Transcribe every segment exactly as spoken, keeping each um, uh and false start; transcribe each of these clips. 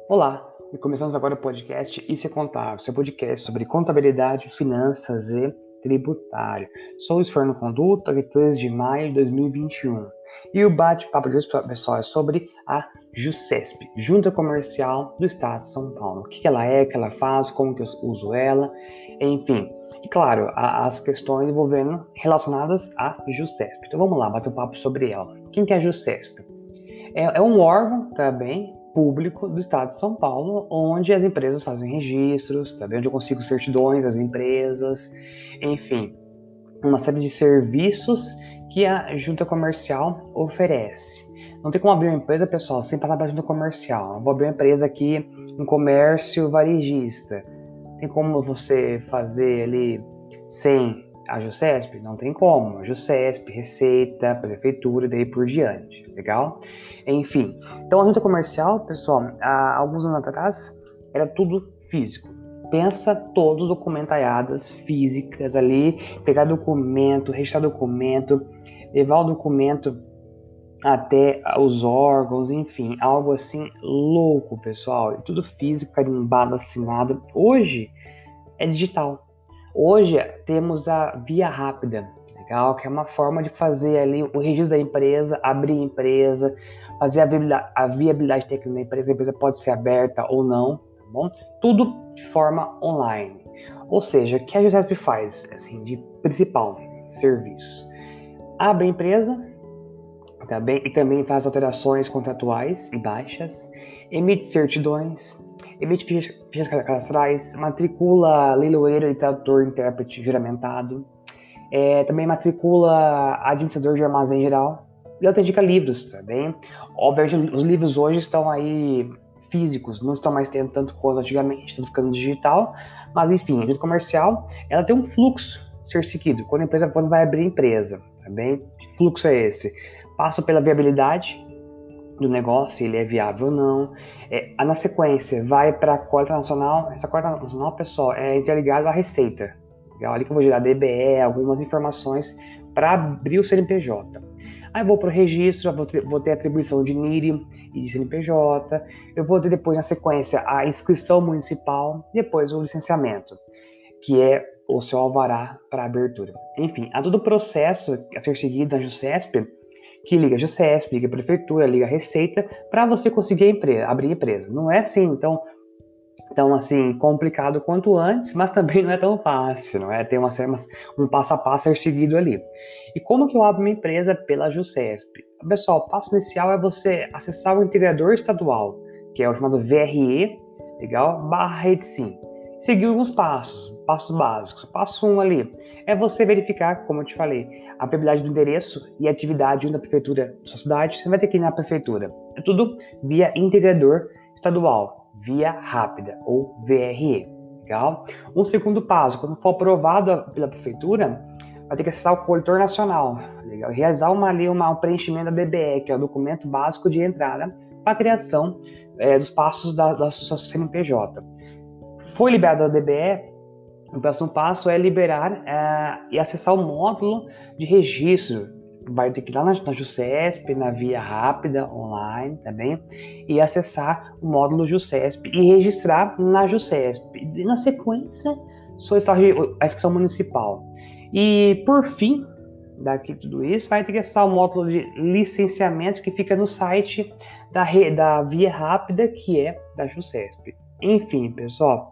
Olá, e começamos agora o podcast Isso é Contábil, seu podcast sobre contabilidade, finanças e tributário. Sou o Luiz Fernando Conduta, dia treze de maio de dois mil e vinte e um. E o bate-papo de hoje, pessoal, é sobre a JUSESP, Junta Comercial do Estado de São Paulo. O que ela é, o que ela faz, como que eu uso ela, enfim. E claro, as questões envolvendo relacionadas à JUSESP. Então vamos lá, bater um papo sobre ela. Quem que é a JUSESP? É, é um órgão também público do Estado de São Paulo, onde as empresas fazem registros, também onde eu consigo certidões das empresas, enfim, uma série de serviços que a junta comercial oferece. Não tem como abrir uma empresa, pessoal, sem passar pela junta comercial. Eu vou abrir uma empresa aqui, um comércio varejista. Tem como você fazer ali sem a JUSESP? Não tem como. A JUSESP, Receita, Prefeitura e daí por diante. Legal? Enfim. Então a junta comercial, pessoal, há alguns anos atrás, era tudo físico. Pensa todos documentaiadas físicas ali, pegar documento, registrar documento, levar o documento até os órgãos, enfim, algo assim louco, pessoal. Tudo físico, carimbado, assinado. Hoje é digital. Hoje temos a Via Rápida, legal? Que é uma forma de fazer ali o registro da empresa, abrir a empresa, fazer a viabilidade, a viabilidade técnica da empresa. A empresa pode ser aberta ou não, tá bom? Tudo de forma online. Ou seja, o que a JUSESP faz, assim, de principal serviço? Abre a empresa, tá bem? E também faz alterações contratuais e baixas, emite certidões, emite fichas, fichas cadastrais, matricula leiloeiro e tradutor intérprete juramentado, é, também matricula administrador de armazém geral e autentica livros também. Obviamente, os livros hoje estão aí físicos, não estão mais tendo tanto quanto antigamente, estão ficando digital, mas enfim, a junta comercial, ela tem um fluxo a ser seguido, quando a empresa quando vai abrir a empresa, tá bem? Que fluxo é esse? Passa pela viabilidade do negócio, ele é viável ou não. É, na sequência, vai para a coleta nacional. Essa coleta nacional, pessoal, é interligada à Receita. Legal? Ali que eu vou gerar D B E, algumas informações para abrir o C N P J. Aí eu vou para o registro, vou ter, vou ter atribuição de N I R e de C N P J. Eu vou ter depois, na sequência, a inscrição municipal, depois o licenciamento, que é o seu alvará para abertura. Enfim, há todo o processo a ser seguido na JUSESP, que liga a JUSESP, liga a Prefeitura, liga a Receita, para você conseguir a empresa, abrir a empresa. Não é assim, então, tão assim, complicado quanto antes, mas também não é tão fácil, não é? Tem uma, um passo a passo a ser seguido ali. E como que eu abro uma empresa pela JUSESP? Pessoal, o passo inicial é você acessar o integrador estadual, que é o chamado V R E, legal? Barra RedeSim. Seguir alguns passos, passos básicos. Passo um ali é você verificar, como eu te falei, a viabilidade do endereço e atividade da prefeitura da sua cidade. Você vai ter que ir na prefeitura. É tudo via integrador estadual, via rápida ou V R E. Legal? Um segundo passo, quando for aprovado pela prefeitura, vai ter que acessar o coletor nacional. Legal? Realizar uma, ali, uma, um preenchimento da D B E, que é o documento básico de entrada para a criação é, dos passos da, da sua C N P J. Foi liberada a D B E, o próximo passo é liberar é, e acessar o módulo de registro. Vai ter que ir lá na, na JUSESP, na Via Rápida, online também, e acessar o módulo JUSESP e registrar na JUSESP. E na sequência, solicitar a inscrição municipal. E por fim, daqui tudo isso, vai ter que acessar o módulo de licenciamento que fica no site da, da Via Rápida, que é da JUSESP. Enfim, pessoal,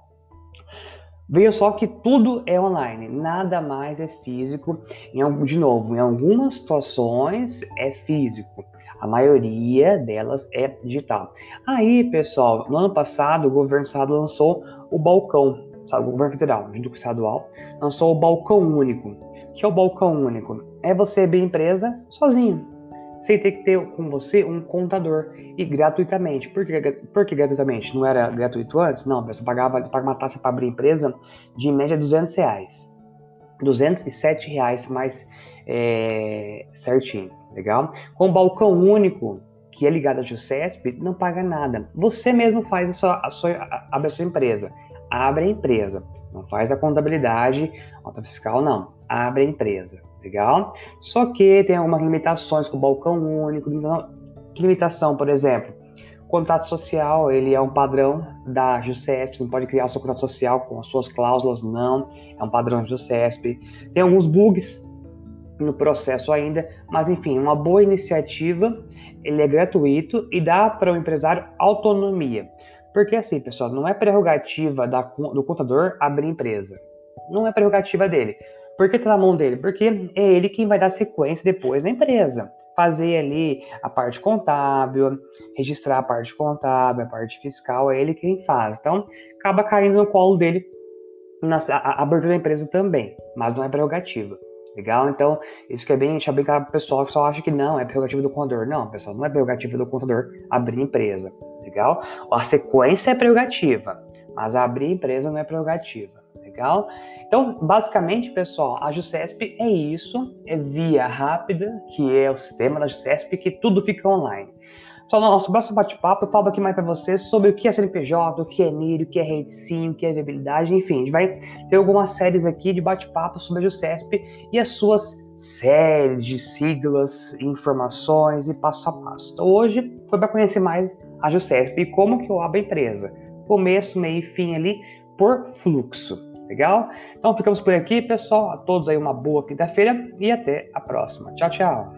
veja só que tudo é online, nada mais é físico. Em, de novo, em algumas situações é físico, a maioria delas é digital. Aí, pessoal, no ano passado, o governo do estado lançou o balcão, sabe, o governo federal, junto com o estadual, lançou o balcão único. O que é o balcão único? É você abrir empresa sozinho, sem ter que ter com você um contador e gratuitamente. Por que, por que gratuitamente? Não era gratuito antes? Não, você pagava, pagava uma taxa para abrir empresa de em média duzentos reais. duzentos e sete reais mais é, certinho, legal? Com o balcão único, que é ligado à JUSESP, não paga nada. Você mesmo faz a sua, a sua, a, abre a sua empresa. Abre a empresa. Não faz a contabilidade, nota fiscal, não. Abre a empresa. Legal? Só que tem algumas limitações com o balcão único. Limitação, por exemplo, O contrato social, ele é um padrão da JUSESP, você não pode criar o seu contrato social com as suas cláusulas, não, é um padrão da JUSESP. Tem alguns bugs no processo ainda, mas enfim, uma boa iniciativa, ele é gratuito e dá para o empresário autonomia. Porque assim, pessoal, não é prerrogativa da, do contador abrir empresa. Não é prerrogativa dele. Por que tá na mão dele? Porque é ele quem vai dar sequência depois na empresa. Fazer ali a parte contábil, registrar a parte contábil, a parte fiscal, é ele quem faz. Então, acaba caindo no colo dele na, a, a abertura da empresa também, mas não é prerrogativa. Legal? Então, isso que é bem, deixa bem claro pro pessoal, o pessoal acha que não, é prerrogativa do contador. Não, pessoal, não é prerrogativa do contador abrir empresa. Legal? A sequência é prerrogativa, mas abrir empresa não é prerrogativa. Legal? Então, basicamente, pessoal, a JUSESP é isso, é via rápida, que é o sistema da JUSESP, que tudo fica online. Só no nosso próximo bate-papo eu falo aqui mais para vocês sobre o que é C N P J, o que é N I R, o que é Rede Sim, o que é viabilidade, enfim, a gente vai ter algumas séries aqui de bate-papo sobre a JUSESP e as suas séries de siglas, informações e passo a passo. Então hoje foi para conhecer mais a JUSESP e como que eu abro a empresa. Começo, meio e fim ali por fluxo. Legal? Então ficamos por aqui, pessoal. A todos aí uma boa quinta-feira e até a próxima. Tchau, tchau.